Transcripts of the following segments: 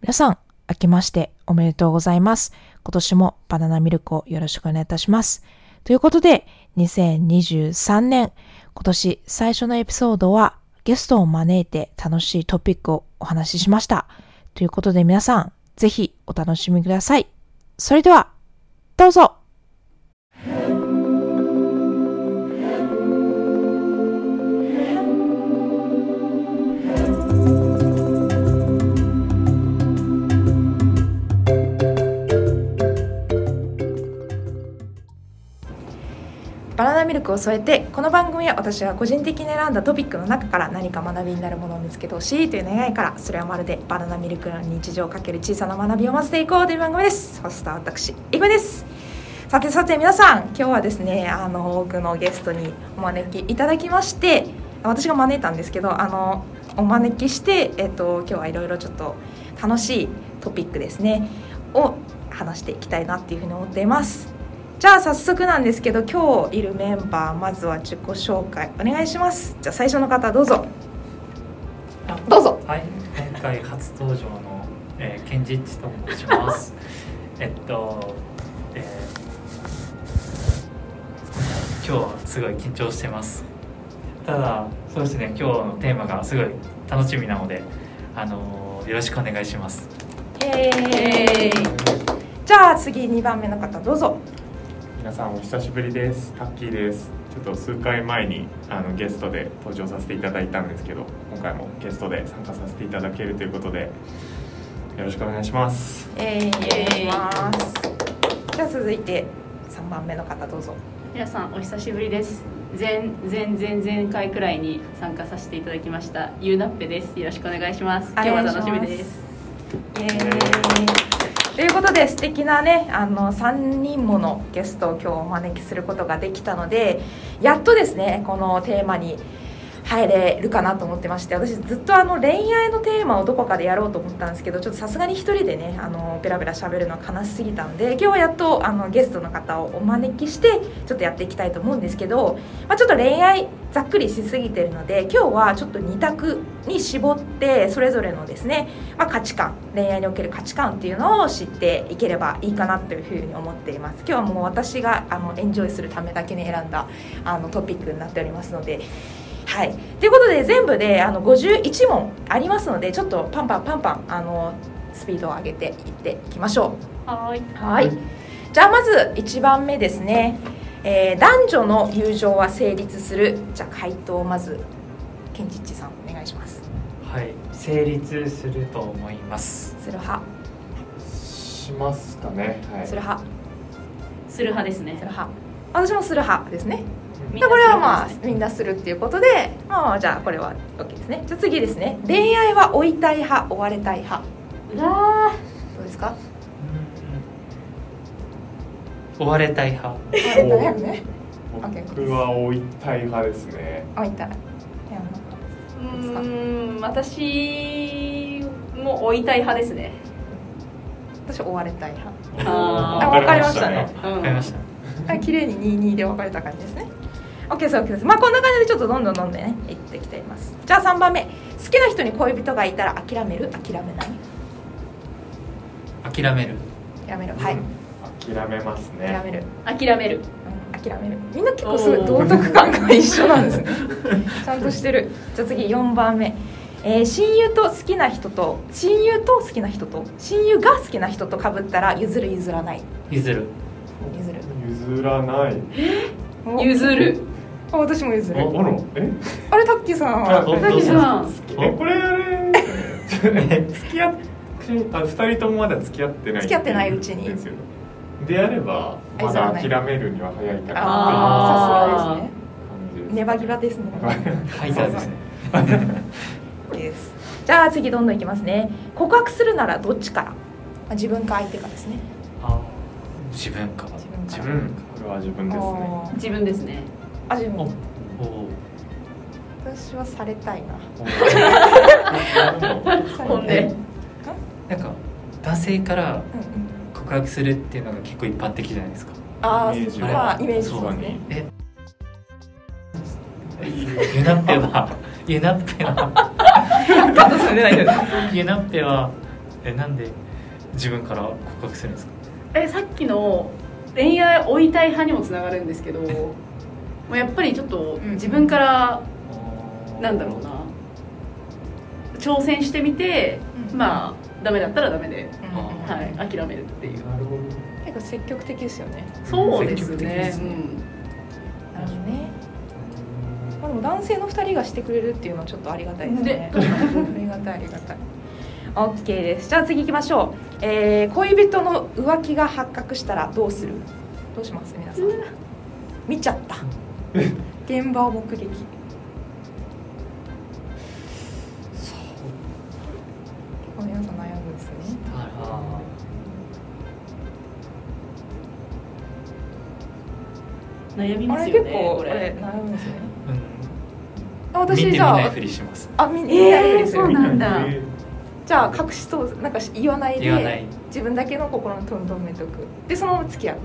皆さん、明けましておめでとうございます。今年もバナナミルクをよろしくお願いいたします。ということで、2023年、今年最初のエピソードはゲストを招いて楽しいトピックをお話ししました。ということで皆さん、ぜひお楽しみください。それでは、どうぞ。バナナミルクを添えて、この番組は私は個人的に選んだトピックの中から何か学びになるものを見つけてほしいという願いから、それはまるでバナナミルクの日常をかける小さな学びを混ぜていこうという番組です。ホストは私、いぐです。さて皆さん、今日はですね、多くのゲストにお招きいただきまして、私が招いたんですけど、お招きして、今日はいろいろちょっと楽しいトピックですねを話していきたいなっていうふうに思っています。じゃあ早速なんですけど、今日いるメンバー、まずは自己紹介お願いします。じゃあ最初の方どうぞ。どうぞ。 はい、今回初登場の、ケンジッチと申します今日はすごい緊張してます。ただそうですね、今日のテーマがすごい楽しみなので、よろしくお願いします。 じゃあ次2番目の方どうぞ。 皆さんお久しぶりです。タッキーです。ちょっと数回前にゲストで登場させていただいたんですけど、今回もゲストで参加させていただけるということで、よろしくお願いします。 じゃあ続いて3番目の方どうぞ。 皆さんお久しぶりです。前回くらいに参加させていただきましたゆうなっぺです。よろしくお願いします。今日は楽しみです。 ということで、素敵なね3人ものゲストを今日お招きすることができたので、やっとですねこのテーマに入れるかなと思ってまして、私ずっと恋愛のテーマをどこかでやろうと思ったんですけど、ちょっとさすがに一人でねベラベラ喋るのは悲しすぎたんで、今日はやっとゲストの方をお招きしてちょっとやっていきたいと思うんですけど、ちょっと恋愛ざっくりしすぎてるので、今日はちょっと2択に絞ってそれぞれのですね、価値観、恋愛における価値観っていうのを知っていければいいかなというふうに思っています。今日はもう私がエンジョイするためだけに選んだトピックになっておりますので、はい、ということで全部で51問ありますので、ちょっとパンパンスピードを上げていっていきましょう。はい。じゃあまず1番目ですね、男女の友情は成立する。じゃあ回答をまずケンジッチさんお願いします。 はい、成立すると思います。 する派しますかね。はい、 する派ですね。 する派。私もする派ですね。これはみんなするっていうことで、じゃあこれは OK ですね。じゃあ次ですね、恋愛は追いたい派追われたい派。どうですか？ 追われたい派。 追われたい派ね。 僕は追いたい派ですね。 追いたい。 私も追いたい派ですね。 私追われたい派。 分かりましたね。 分かりました。 綺麗に2-2で分かれた感じですね。OK です OK です。こんな感じでちょっとどんどんねいってきています。じゃあ3番目、好きな人に恋人がいたら諦める諦めない。 諦める。 はい、 諦めますね。 諦める。 みんな結構すごい道徳感が一緒なんですねちゃんとしてる。じゃあ次4番目、親友が好きな人と親友が好きな人と被ったら譲る譲らない。 譲る。 譲らない。 譲る。 私も譲る。 あれタッキーさんは。 これ付き合って2人ともまだ付き合ってないうちにであればまだ諦めるには早いかな。 さすがですね。ネバギバですね。 はいそうですねです。じゃあ次どんどんいきますね。告白するならどっちから。自分か相手かですね。 自分か。 これは自分ですね。 自分ですね。 自分。私はされたいな。 本で。 なんか男性から告白するっていうのが結構一般的じゃないですか。 イメージですね。 ユナッペはなんで自分から告白するんですか？ さっきの恋愛追いたい派にもつながるんですけどもうやっぱりちょっと自分からなんだろうな挑戦してみて、まあダメだったらダメで、はい、諦めるっていう。 なるほど。 結構積極的ですよね。 そうですね。 なるほどね。でも男性の2人がしてくれるっていうのはちょっとありがたいですね。ありがたいありがたい。OK です。じゃあ次行きましょう。恋人の浮気が発覚したらどうする？どうします皆さん？見ちゃった。現場を目撃。皆さん悩むんですね。 悩みますよね。 結構これ悩むんですね。 私じゃあ見ないふりします。 見ないふりする。 そうなんだ。 じゃあ隠しとなんか言わないで自分だけの心に留めとく。でそのまま付き合う。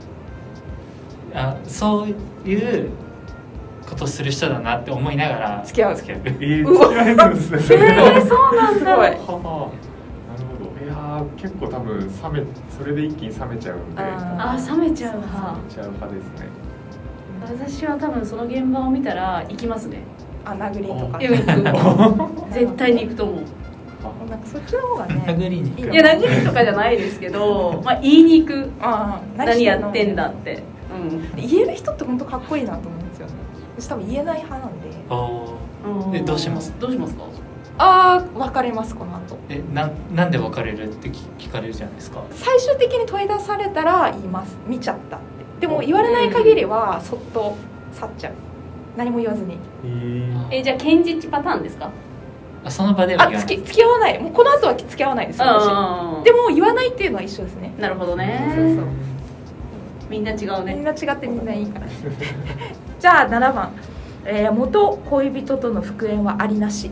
そういうことする人だなって思いながら付き合う。 付き合えるんですね。 そうなんだ。 すごい。 なるほど。いや結構多分それで一気に冷めちゃうんで。 冷めちゃう派。 冷めちゃう派ですね。 私は多分その現場を見たら行きますね。 殴りとか。 行く。絶対に行くと思う。 なんかそっちの方がね。 殴りに行く。 いや殴りとかじゃないですけど、まあ言いに行く。何やってんだって。 言える人って本当かっこいいなと思うんですよね。私多分言えない派なんで。 どうしますか？ 別れますこの後。 なんで別れるって聞かれるじゃないですか。 最終的に問い出されたら言います。見ちゃったって。でも言われない限りはそっと去っちゃう。何も言わずに。 じゃあ堅実パターンですか？ その場では言わない。 付き合わない。もうこの後は付き合わないです私。でも言わないっていうのは一緒ですね。 なるほどね。そうみんな違うね。 みんな違ってみんないいから。じゃあ7番、元恋人との復縁はありなし？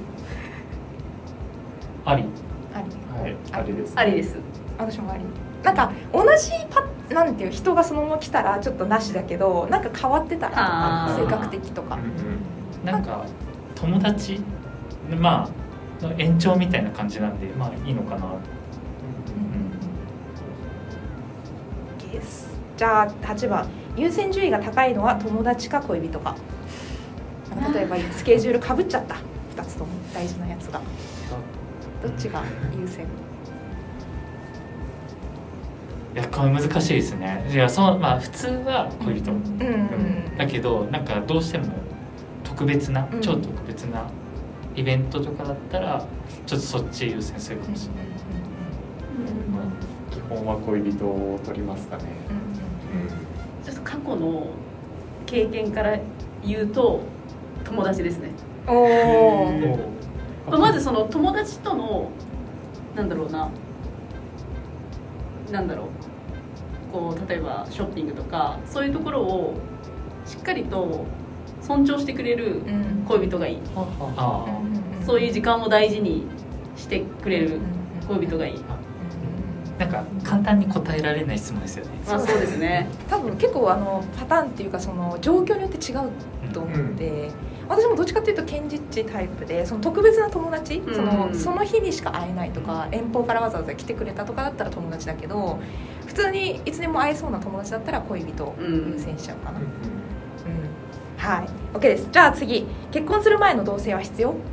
あり。 ありです。 ありです。 私もあり。なんか同じなんていう人がそのまま来たらちょっとなしだけど、なんか変わってたらとか性格的とか。 なんか友達の延長みたいな感じなんでいいのかな。 じゃあ8番、優先順位が高いのは友達か恋人か？例えばスケジュールかぶっちゃった、2つとも大事なやつが。どっちが優先？ いやこれ難しいですね。いや普通は恋人、だけどなんかどうしても特別な、超特別なイベントとかだったらちょっとそっち優先するかもしれない。 基本は恋人を取りますかね。 ちょっと過去の経験から言うと友達ですね。まずその友達との例えばショッピングとかそういうところをしっかりと尊重してくれる恋人がいい。そういう時間を大事にしてくれる恋人がいい。 なんか簡単に答えられない質問ですよね。 そうですね。 多分結構パターンっていうかその状況によって違うと思って、私もどっちかっていうと堅実タイプで、その特別な友達、その日にしか会えないとか、遠方からわざわざ来てくれたとかだったら友達だけど、普通にいつでも会えそうな友達だったら恋人を優先しちゃうかな。はい、OK です。じゃあ次、結婚する前の同棲は必要？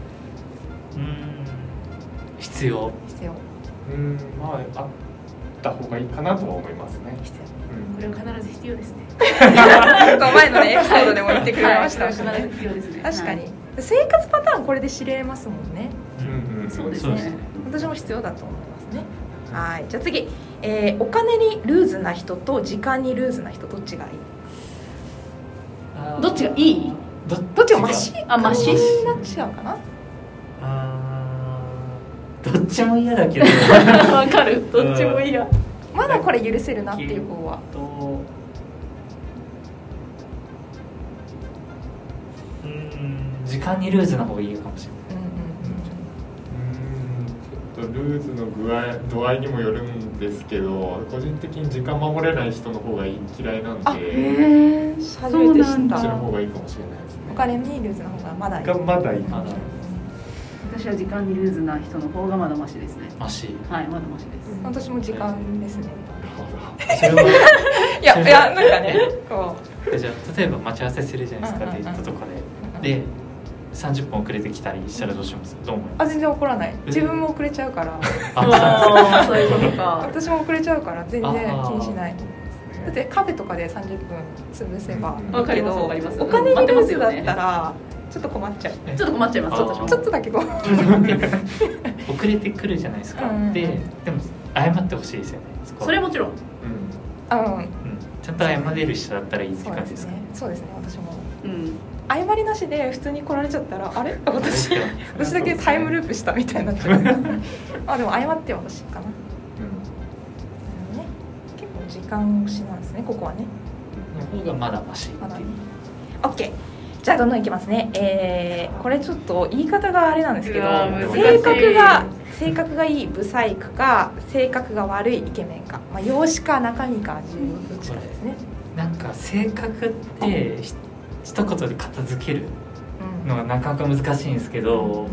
必要。 あった方がいいかなとは思いますね。 これは必ず必要ですね。 前のねエピソードでも言ってくれましたしね。 必要ですね。 確かに、生活パターンこれで知れますもんね。 そうですね。 私も必要だと思いますね。はい、じゃあ次、お金にルーズな人と時間にルーズな人、どっちがいい？ どっちがいい？ どっちがマシ？ マシになっちゃうかな。 どっちも嫌だけどわかる。どっちも嫌。 まだこれ許せるなっていう方は。 時間にルーズな方がいいかもしれない。 ちょっとルーズの度合いにもよるんですけど、個人的に時間守れない人の方が嫌いなんで、 初めて知った。 そっちの方がいいかもしれないですね。 お金にルーズな方がまだいい。 まだいいかな。 私私は時間にルーズな人の方がまだマシですね。 マシ。 はい、まだマシです。 私も時間ですね。 それはいやなんかねこじゃあ例えば待ち合わせするじゃないですか、デートとかで30分遅れてきたりしたらどうします？どう思います？ 全然怒らない。自分も遅れちゃうからそういうことか。 私も遅れちゃうから全然気にしない。だってカフェとかで30分潰せばわかりますわかります。 お金にルーズだったらちょっと困っちゃう。 ちょっと困っちゃいます。 ちょっとだけこう遅れてくるじゃないですか、でも謝ってほしいですよね。 それはもちろん、 ちゃんと謝れる人だったらいいって感じですか？ そうですね、私も、謝りなしで普通に来られちゃったらあれ私だけタイムループしたみたいになっちゃうでも謝ってほしいかな、結構時間押しなんですね、ここはね。 の方がまだマシっていう。 OK、じゃあどんどんいきますね。これちょっと言い方があれなんですけど、性格がいいブサイクか性格が悪いイケメンか、容姿か中身かどっちかですね。 なんか性格って一言で片付けるのがなかなか難しいんですけど、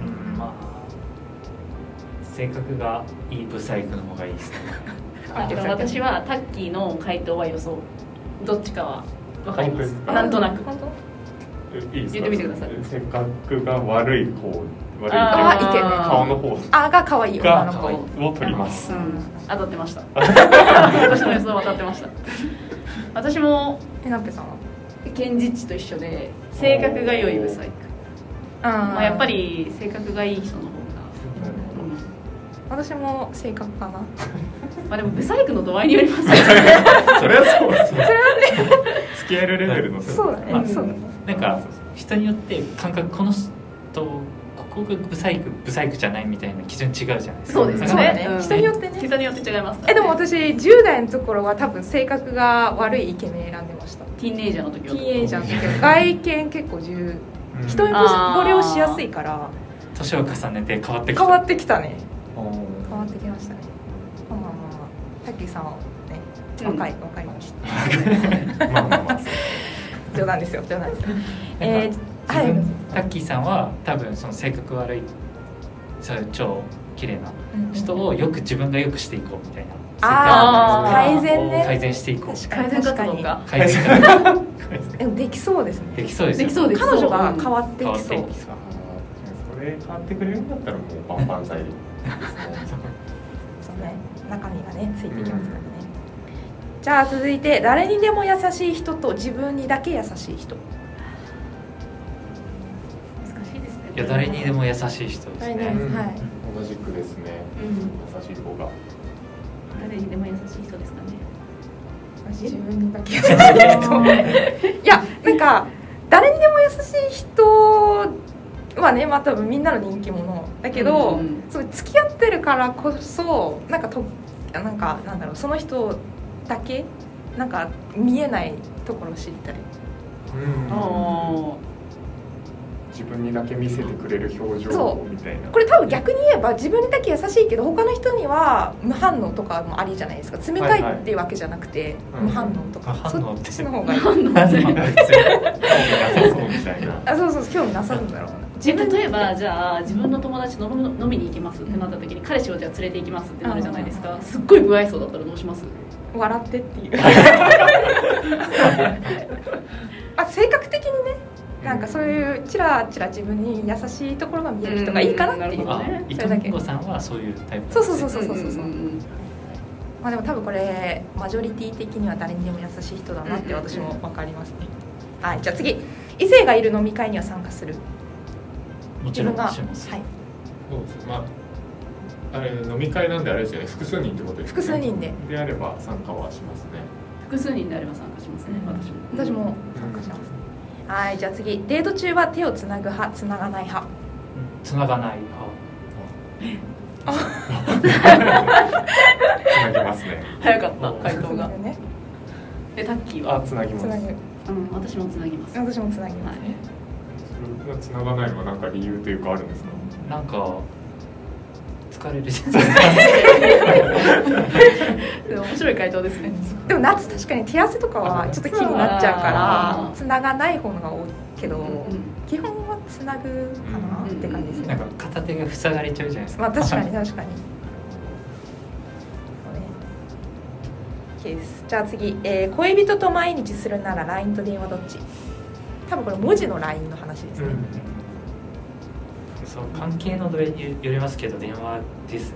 性格がいいブサイクの方がいいですね。 私はタッキーの回答は予想、どっちかは分かります。なんとなくいいですか？ 言ってみてください。 性格が悪い方、イケメン顔の方が可愛い女の子を取ります。 当たってました。私の予想は当たってました。私もなっぺさんはケンジッチと一緒で性格が良いブサイク。やっぱり性格がいい人の方が。 私も性格かな。 でもブサイクの度合いによりますよね。 それはそうですね。付き合えるレベルの。 そうだね。 なんか人によって感覚、この人ここがブサイクじゃないみたいな基準違うじゃないですか。 そうですね。 人によってね。 人によって違います。 でも私10代のところは多分性格が悪いイケメン選んでました。 ティーンエイジャーの時は。 外見結構人に惚れをしやすいから年を重ねて変わってきたね。 変わってきましたね。タッキーさんはね、若い冗談ですよ。 タッキーさんは多分その性格悪い、そういう超綺麗な人を自分がよくしていこうみたいな。改善していこう。 改善活動か。 でもできそうですね。 できそうです。 彼女が変わっていきそう。 それ変わってくれるんだったらもうバンバン剤。 そうね、中身がねついてきますからね。じゃあ続いて、誰にでも優しい人と自分にだけ優しい人。 難しいですね。 いや、誰にでも優しい人ですね。 同じくですね。優しい方が。 誰にでも優しい人ですかね。 自分にだけ優しい人。いや、なんか誰にでも優しい人はね、多分みんなの人気者だけど、そう付き合ってるからこそなんだろう、その人だけなんか見えないところを知りたい。 自分にだけ見せてくれる表情みたいな。 これ多分逆に言えば自分にだけ優しいけど他の人には無反応とかもありじゃないですか。冷たいっていうわけじゃなくて、無反応とか、そっちの方がいい。 興味なさそうみたいな。 そう興味なさそうだろうな。 例えばじゃあ自分の友達飲みに行きますってなった時に彼氏をじゃあ連れて行きますってなるじゃないですか。すっごい不愛想だったらどうします？ 笑ってっていう。性格的にね、なんかそういうチラチラ自分に優しいところが見える人がいいかなっていう。 伊藤美子さんはそういうタイプ。 そう。でも多分これマジョリティ的には誰にでも優しい人だなって私も分かりますね。はい、じゃあ次、異性がいる飲み会には参加する。 もちろんします。 そうです。あれ飲み会なんであれですよね。複数人ってことですね。 複数人であれば参加はしますね。 複数人であれば参加しますね。 私も参加します。はい、じゃあ次、デート中は手をつなぐ派、つながない派。 つながない派。つなぎますね。 早かった回答が。タッキーはつなぎます。 私もつなぎます。 私もつなぎます。 つながないのは何か理由というかあるんですか？ なんか疲れるじゃないですか。 面白い回答ですね。 でも夏確かに手汗とかはちょっと気になっちゃうからつながない方のが多いけど、基本はつなぐかなって感じですね。 なんか片手が塞がれちゃうじゃないですか。 まあ確かに確かに。OK です。じゃあ次、恋人と毎日するなら LINE と電話どっち？多分これ文字の LINE の話ですね。 そう関係のどれによりますけど電話ですね。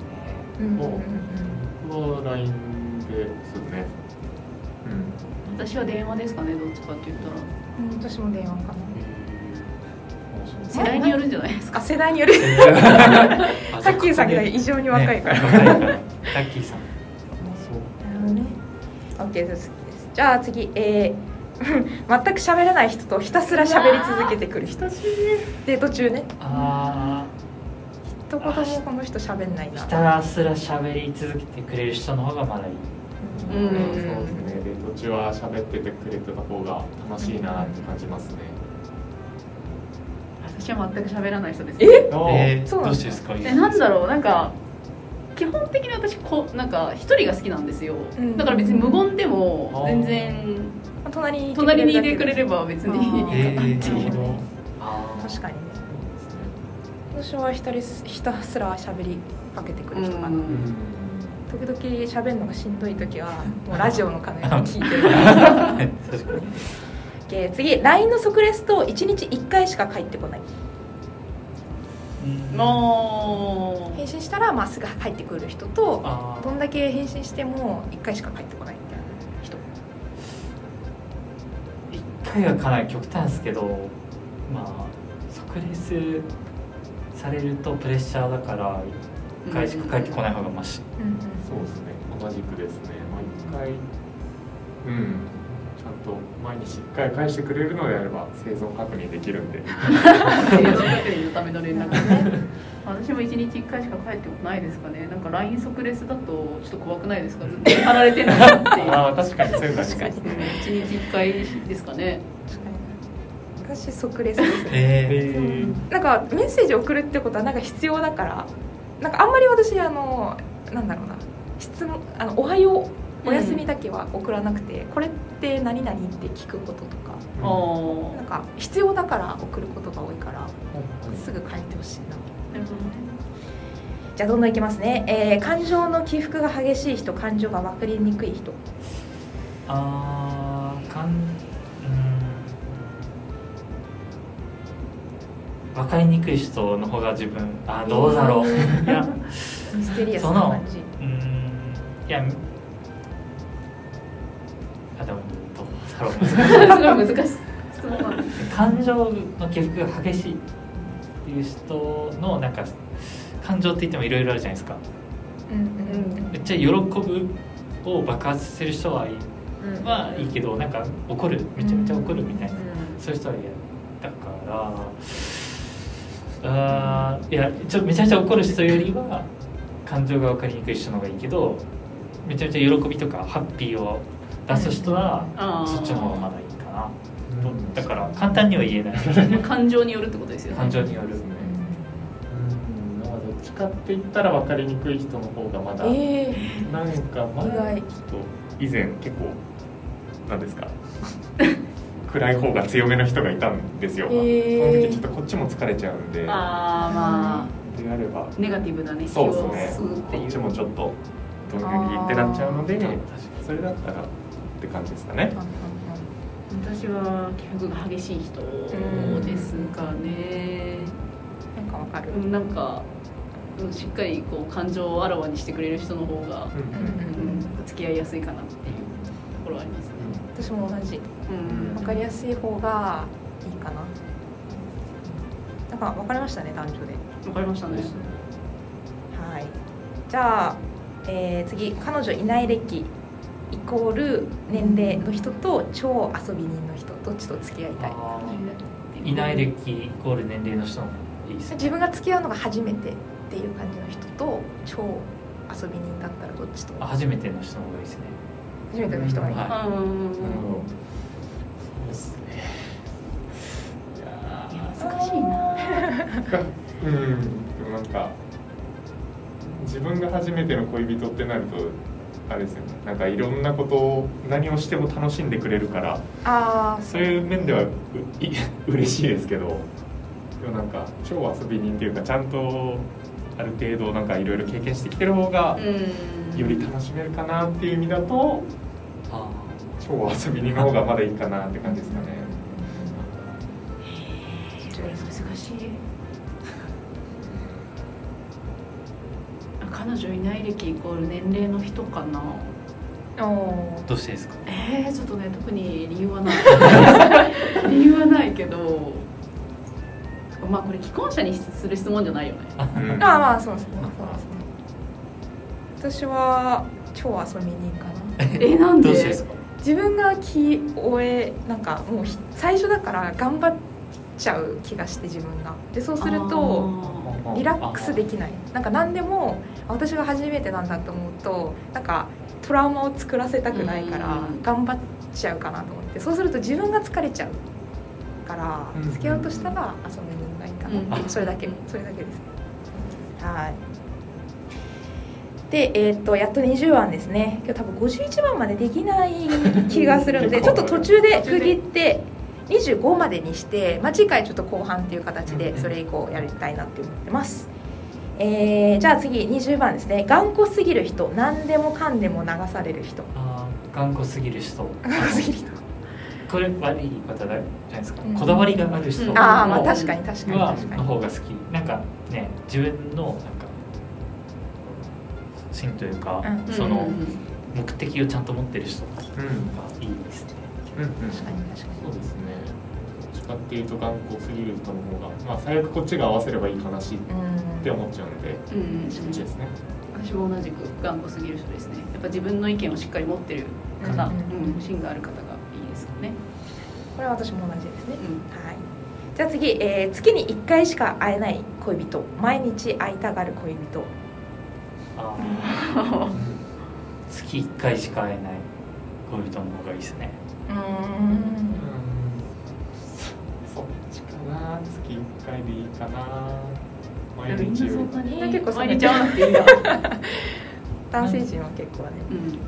もう LINE ですね。 私は電話ですかね、どっちかって言ったら。 私も電話かな。 世代によるんじゃないですか。 世代による。タッキーさんが異常に若いから。 タッキーさん。 なるほどね。OK です。じゃあ次、全く喋らない人とひたすら喋り続けてくる人。デート中ね。一言もこの人喋んないな。 ひたすら喋り続けてくれる人の方がまだいい。 そうですね。デート中は喋っててくれてた方が楽しいなって感じますね。 私は全く喋らない人です。 どうしてですか？ なんだろう、なんか基本的に私なんか一人が好きなんですよ。だから別に無言でも全然隣にいてくれれば別にいいかなっていう。 確かにね。私はひたすら喋りかけてくる人かな。時々喋るのがしんどい時はもうラジオのかのように聞いてる。確かに。次、LINE の即レスと1日1回しか返ってこない。返信したらすぐ返ってくる人と、どんだけ返信しても1回しか返ってこないみたいな人。 1回はかなり極端ですけど、即レスされるとプレッシャーだから1回しか返ってこない方がマシ。 そうですね、同じくですね。1回ちゃんと毎日1回返してくれるのであれば生存確認できるんで。 生存確認のための連絡ね。私も1日1回しか返ってこないですかね。なんか LINE 即レスだとちょっと怖くないですか？ずっと貼られてるなっていう。 確かにそういうのありますね。 1日1回ですかね。 私即レスですね。なんかメッセージ送るってことはなんか必要だから、なんかあんまり私なんだろうな、質問おはようお休みだけは送らなくて、これって何々って聞くこととか、なんか必要だから送ることが多いから、すぐ返ってほしいな。じゃあどんどんいきますね。感情の起伏が激しい人、感情が分かりにくい人。 分かりにくい人の方が自分どうだろう。いやミステリアスな感じ。 いやでもどうだろう。 難しい質問なんです。 感情の起伏が激しいっていう人のなんか感情って言ってもいろいろあるじゃないですか。めっちゃ喜ぶを爆発させる人はいいけど、なんか怒るめちゃめちゃ怒るみたいな、そういう人は嫌だからいやめちゃめちゃ怒る人よりは感情が分かりにくい人の方がいいけど、めちゃめちゃ喜びとかハッピーを出す人はそっちの方がまだいいかな。だから簡単には言えない。 感情によるってことですよね。 感情による。 どっちかって言ったら分かりにくい人の方がまだ、なんかまだちょっと以前結構なんですか暗い方が強めの人がいたんですよ。その時ちょっとこっちも疲れちゃうんで、であればネガティブなね。 そうですね。こっちもちょっとどんよりってなっちゃうので、それだったらって感じですかね。 私は起伏が激しい人ですかね。 なんかわかる。 なんかしっかりこう感情をあらわにしてくれる人の方が付き合いやすいかなっていうところはありますね。 私も同じ。わかりやすい方がいいかな。なんかわかりましたね、男女で。 わかりましたね。 はい。じゃあ、次、彼女いない歴イコール年齢の人と超遊び人の人、どっちと付き合いたい？ いない歴イコール年齢の人のいいですね。 自分が付き合うのが初めてっていう感じの人と超遊び人だったらどっちと？ 初めての人の方がいいですね。 初めての人がいい。 そうですね。 いや難しいな。 でもなんか自分が初めての恋人ってなるとあれですよね。なんかいろんなことを何をしても楽しんでくれるから、そういう面では嬉しいですけど、 でもなんか超遊び人っていうかちゃんとある程度なんかいろいろ経験してきてる方がより楽しめるかなっていう意味だと、超遊び人の方がまだいいかなって感じですかね。 難しい。彼女いない歴イコール年齢の人かな。 どうしてですか？ ちょっとね、特に理由はない理由はないけど、まあこれ既婚者にする質問じゃないよね。 まあそうですね、私は超遊び人かな。 なんで？ どうしてですか？ 自分がなんかもう最初だから頑張っちゃう気がして、自分がでそうするとリラックスできない。なんか何でも私が初めてなんだと思うとなんかトラウマを作らせたくないから頑張っちゃうかなと思って、そうすると自分が疲れちゃうから付き合うとしたら遊び人がいいかなって、それだけですね。はい。で、やっと20番ですね。今日多分51番までできない気がするのでちょっと途中で区切って25までにして、次回ちょっと後半っていう形でそれ以降やりたいなって思ってます。じゃあ次20番ですね。頑固すぎる人、何でもかんでも流される人。 頑固すぎる人。 頑固すぎる人。 これ悪い言い方じゃないですか。こだわりがある人まあ確かにの方が好き。なんかね、自分のなんか芯というか、その目的をちゃんと持ってる人がいいですね。 確かにそうですね。どっちかっていうと頑固すぎる人の方が、最悪こっちが合わせればいい話って思っちゃうので、そっちですね。 私も同じく頑固すぎる人ですね。やっぱ自分の意見をしっかり持ってる方、芯がある方がいいですよね。 これは私も同じですね。はい。じゃあ次、月に1回しか会えない恋人、毎日会いたがる恋人。 月1回しか会えない恋人の方がいいですね。 そっちかな。月1回でいいかな。 みんなそんなに結構毎日会わなくていいんだ。 男性陣は結構はね。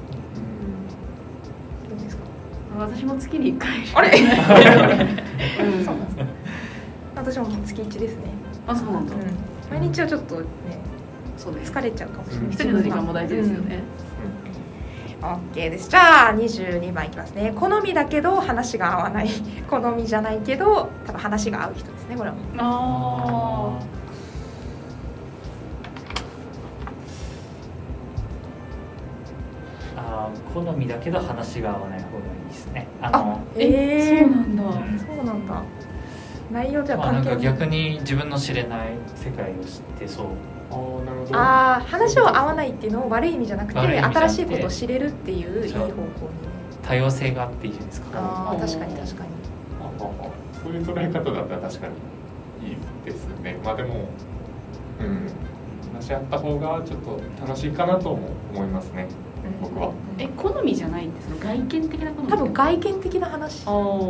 どうですか？ 私も月に1回しか。あれ？そうなんですか。私も月1ですね。 そうなんだ。 毎日はちょっとね、疲れちゃうかもしれない。 一人の時間も大事ですよね。 OK です。じゃあ22番いきますね。好みだけど話が合わない。好みじゃないけど多分話が合う人ですね、これは。 好みだけど話が合わない方がいいですね。 そうなんだ。内容じゃ関係ない。 なんか逆に自分の知れない世界を知ってそう。 なるほど。 話を合わないっていうのを悪い意味じゃなくて新しいことを知れるっていういい方向にね。 多様性があっていいじゃないですか。 確かに。 そういう捉え方だったら確かにいいですね。でも、話し合った方がちょっと楽しいかなとも思いますね。僕は。 好みじゃないんですか？外見的な好み？ 多分外見的な話。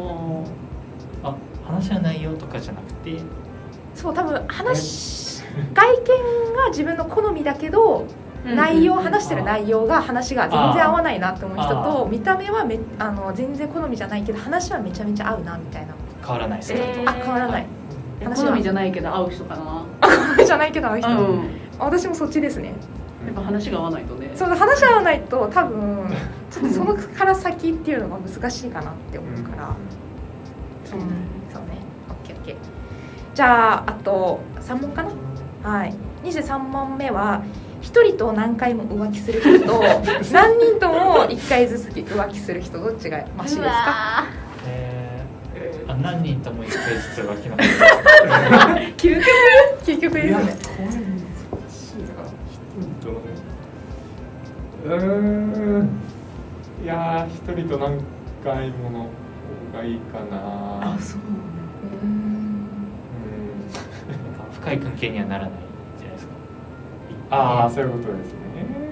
話の内容とかじゃなくて、 そう多分外見が自分の好みだけど、話してる内容が話が全然合わないなって思う人と、見た目は全然好みじゃないけど話はめちゃめちゃ合うなみたいな。 変わらないですか？ 変わらない。 好みじゃないけど合う人かな。 好みじゃないけど合う人。私もそっちですね。 やっぱ話が合わないとね。 そう話が合わないと多分ちょっとそのから先っていうのが難しいかなって思うから。そうね。OK。じゃああと3問かな。はい。23問目は1人と何回も浮気する人と何人とも1回ずつ浮気する人、どっちがマシですか？ 何人とも1回ずつ浮気の方が究極ですね。 いや1人と何回もの方がいいかな。 そう。 深い関係にはならないじゃないですか。 そういうことですね。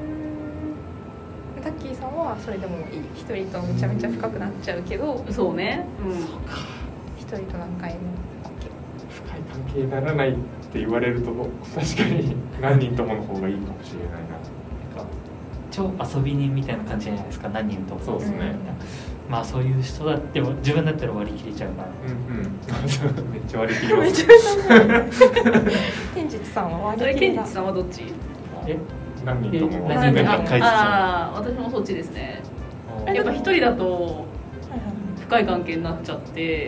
タッキーさんはそれでもいい。一人とめちゃめちゃ深くなっちゃうけど。 そうね。 一人と何回も OK。 深い関係にならないって言われると確かに何人ともの方がいいかもしれないな。 超遊び人みたいな感じじゃないですか、何人とも。 そうですね。 まあそういう人だっても自分だったら割り切れちゃうから、 めっちゃ割り切ります。 天実さんは割り天切れだ。 実さんはどっち？ 何人とも何人か書いてた。 私もそっちですね。やっぱ一人だと深い関係になっちゃって、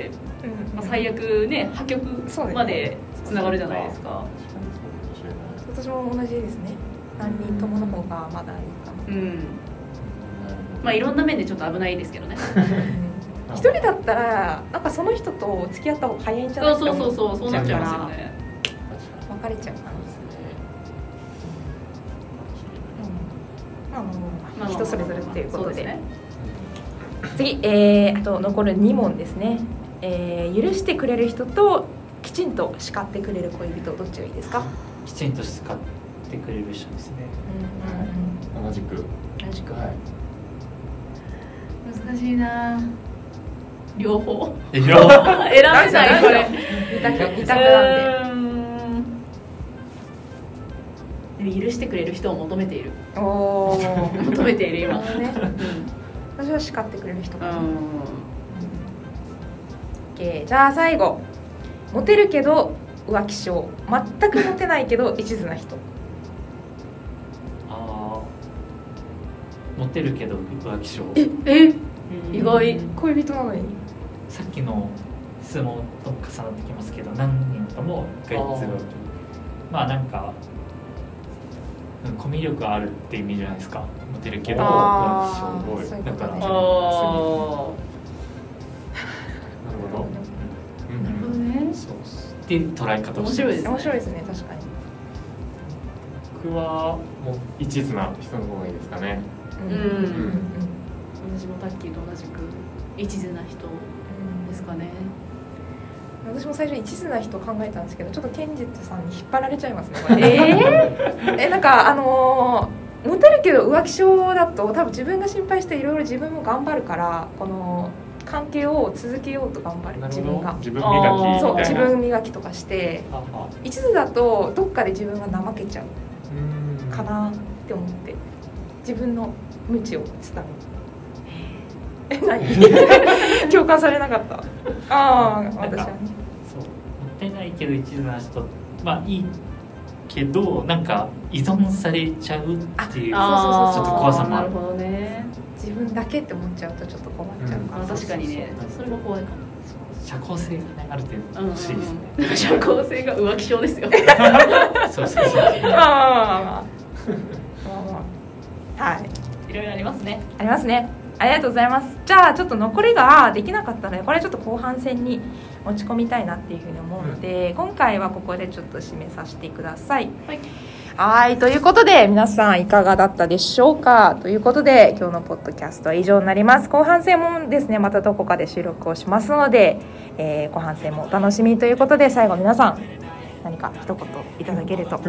まあ、最悪ね破局までつながるじゃないですか。 私も同じですね。何人ともの方がまだいいかも。 まあいろんな面でちょっと危ないですけどね。 一人だったらなんかその人と付き合った方が早いんじゃないかな。 そうなっちゃいますよね。 別れちゃうかな。人それぞれっていうことで。 ね、 次、あと残る2問ですね。許してくれる人ときちんと叱ってくれる恋人、どっちがいいですか？ きちんと叱ってくれる人ですね。 同じく。はい。 難しいな。両方選べないこれ。 二択なんで。許してくれる人を求めている。 求めている今。 私は叱ってくれる人かな。じゃあ最後、モテるけど浮気症、全くモテないけど一途な人。 モテるけど浮気症。 意外。 恋人なのに。 さっきの質問と重なってきますけど、何人とも一回ずつ浮気。まあなんかコミュ力あるって意味じゃないですか。モテるけど浮気症。だから。なるほど。 そうっていう捉え方をしてます。面白いですね、確かに。 僕はもう一途な人の方がいいですかね。 私もタッキーと同じく一途な人ですかね。 私も最初一途な人考えたんですけど、ちょっと天実さんに引っ張られちゃいますね、これ。なんかモテるけど浮気症だと多分自分が心配していろいろ自分も頑張るから、この関係を続けようと頑張る。自分が自分磨きみたいな。 そう、自分磨きとかして一途だとどっかで自分が怠けちゃうかなって思って、自分の無知を伝える。何共感されなかった。私はね。 そう、モテないけど一途な人、まあいいけどなんか依存されちゃうっていうちょっと怖さもある。 なるほどね。 自分だけって思っちゃうとちょっと困っちゃうから。 確かにね、それも怖いかも。 社交性がね、ある程度欲しいですね。 社交性が浮気症ですよ。 そう。 はい。 いろいろありますね。 ありますね。ありがとうございます。じゃあちょっと残りができなかったので、これちょっと後半戦に持ち込みたいなっていうふうに思うので、今回はここでちょっと締めさせてください。はい、ということで皆さんいかがだったでしょうか。ということで今日のポッドキャストは以上になります。後半戦もですね、またどこかで収録をしますので、後半戦もお楽しみということで、最後皆さん何か一言いただけると。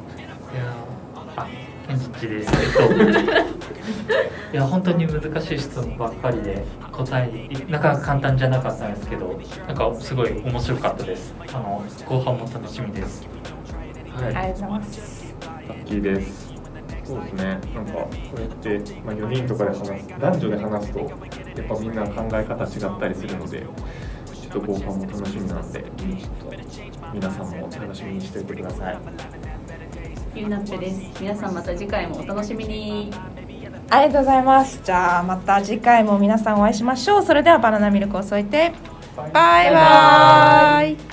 天実です。いや本当に難しい質問ばっかりで答えなかなか簡単じゃなかったんですけど、なんかすごい面白かったです。後半も楽しみです。 はい、 ありがとうございます。 ラッキーです。そうですね。なんかこうやって、4人とかで話す、男女で話すとやっぱみんな考え方違ったりするので、ちょっと後半も楽しみなので、ちょっと皆さんも楽しみにしておいてください。 ゆうなっぺです。皆さんまた次回もお楽しみに。 ありがとうございます。じゃあまた次回も皆さんお会いしましょう。それではバナナミルクを添えてバイバイ。